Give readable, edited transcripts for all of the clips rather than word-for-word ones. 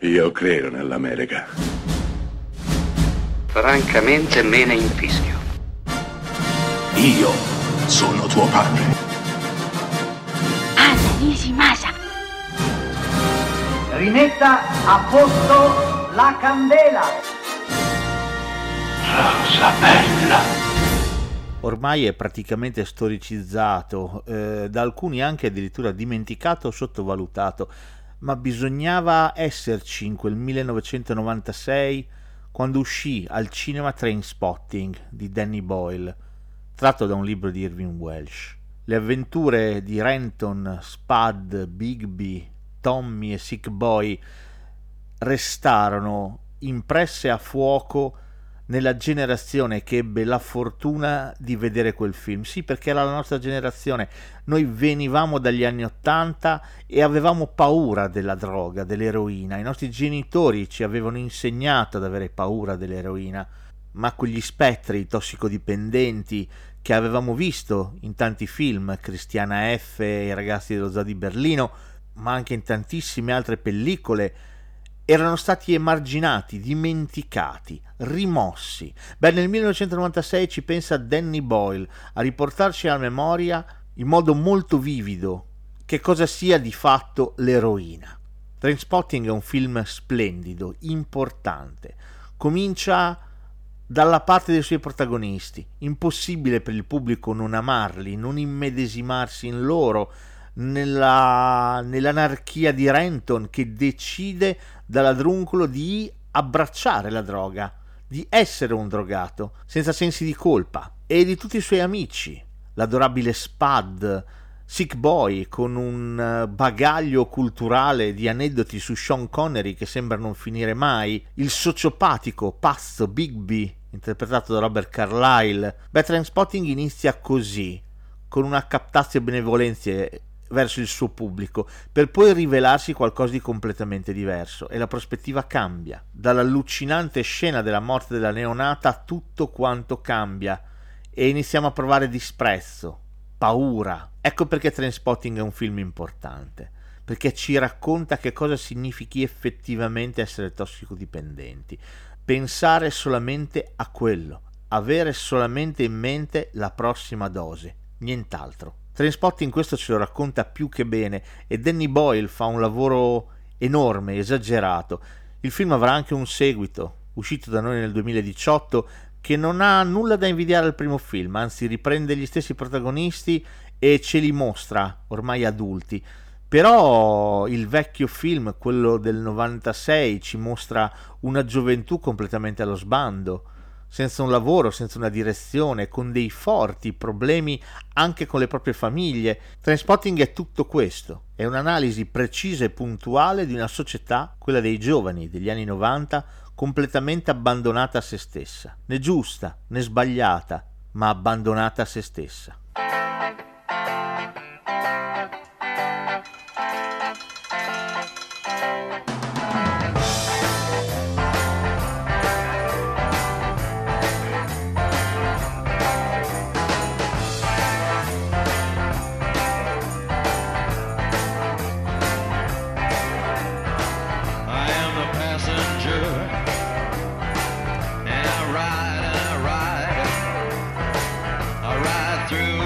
Io credo nell'America. Francamente me ne infischio. Io sono tuo padre. Anna Nishimasa. Rimetta a posto la candela. Rosa bella. Ormai è praticamente storicizzato, da alcuni anche addirittura dimenticato o sottovalutato, ma bisognava esserci in quel 1996 quando uscì al cinema Trainspotting di Danny Boyle, tratto da un libro di Irving Welsh. Le avventure di Renton, Spud, Bigby, Tommy e Sick Boy restarono impresse a fuoco nella generazione che ebbe la fortuna di vedere quel film. Sì, perché era la nostra generazione. Noi venivamo dagli anni '80 e avevamo paura della droga, dell'eroina. I nostri genitori ci avevano insegnato ad avere paura dell'eroina, ma quegli spettri tossicodipendenti che avevamo visto in tanti film, Cristiana F, I ragazzi dello zoo di Berlino, ma anche in tantissime altre pellicole, erano stati emarginati, dimenticati, rimossi. Nel 1996 ci pensa Danny Boyle a riportarci alla memoria in modo molto vivido che cosa sia di fatto l'eroina. Trainspotting è un film splendido, importante. Comincia dalla parte dei suoi protagonisti. Impossibile per il pubblico non amarli, non immedesimarsi in loro, nell'anarchia di Renton che decide da ladruncolo di abbracciare la droga, di essere un drogato senza sensi di colpa, e di tutti i suoi amici, l'adorabile Spud, Sick Boy con un bagaglio culturale di aneddoti su Sean Connery che sembra non finire mai, il sociopatico pazzo Bigby interpretato da Robert Carlyle. Trainspotting inizia così, con una captatio benevolenze verso il suo pubblico, per poi rivelarsi qualcosa di completamente diverso, e la prospettiva cambia. Dall'allucinante scena della morte della neonata tutto quanto cambia e iniziamo a provare disprezzo, paura. Ecco perché Trainspotting è un film importante, perché ci racconta che cosa significhi effettivamente essere tossicodipendenti, pensare solamente a quello, avere solamente in mente la prossima dose, nient'altro. Trainspotting questo ce lo racconta più che bene, e Danny Boyle fa un lavoro enorme, esagerato. Il film avrà anche un seguito, uscito da noi nel 2018, che non ha nulla da invidiare al primo film, anzi riprende gli stessi protagonisti e ce li mostra ormai adulti. Però il vecchio film, quello del 96, ci mostra una gioventù completamente allo sbando, senza un lavoro, senza una direzione, con dei forti problemi anche con le proprie famiglie. Trainspotting è tutto questo, è un'analisi precisa e puntuale di una società, quella dei giovani degli anni 90, completamente abbandonata a se stessa, né giusta né sbagliata, ma abbandonata a se stessa. Through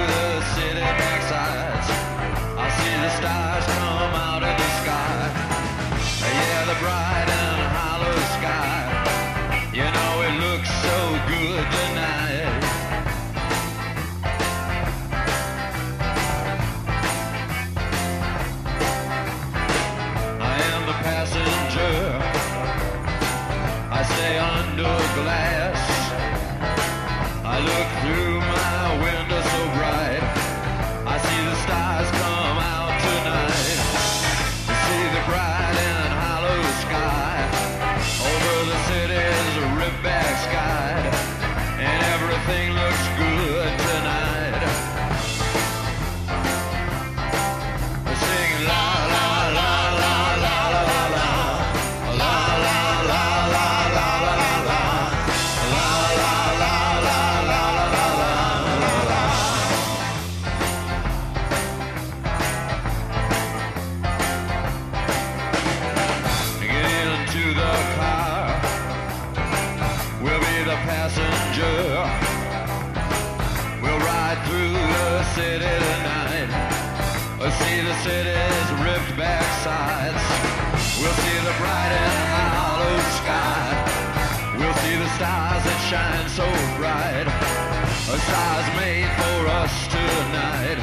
city tonight. We'll see the city's ripped back sides. We'll see the bright and hollow sky. We'll see the stars that shine so bright. A stars made for us tonight.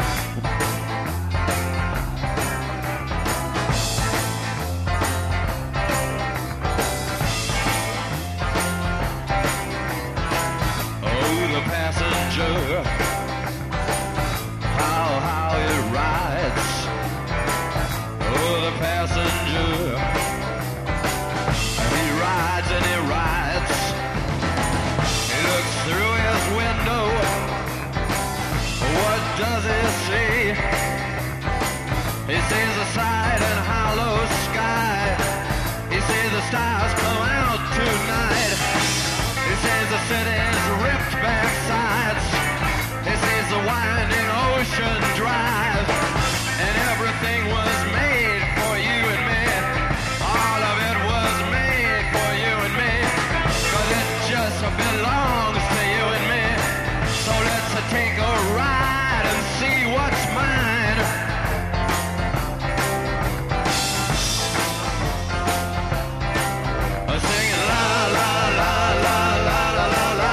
Passenger, how it rides. Oh, the passenger, he rides and he rides. He looks through his window. What does he see? He sees the side and hollow sky. He sees the stars come out tonight. He sees the city's ripped back sides. He sees the winding ocean drive. And everything was made for you and me. All of it was made for you and me. 'Cause it just belongs to you and me. So let's take a ride and see what's mine. Singing la la la la la la la la.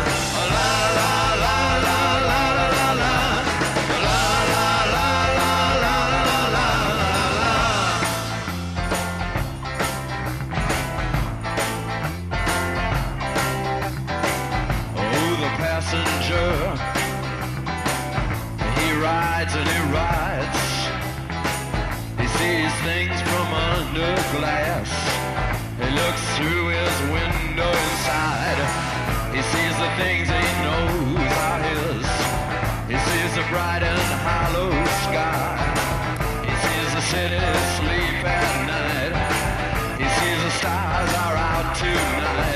Passenger, he rides and he rides. He sees things from under glass. He looks through his window inside. He sees the things he knows are his. He sees the bright and hollow sky. He sees the city sleep at night. He sees the stars are out tonight.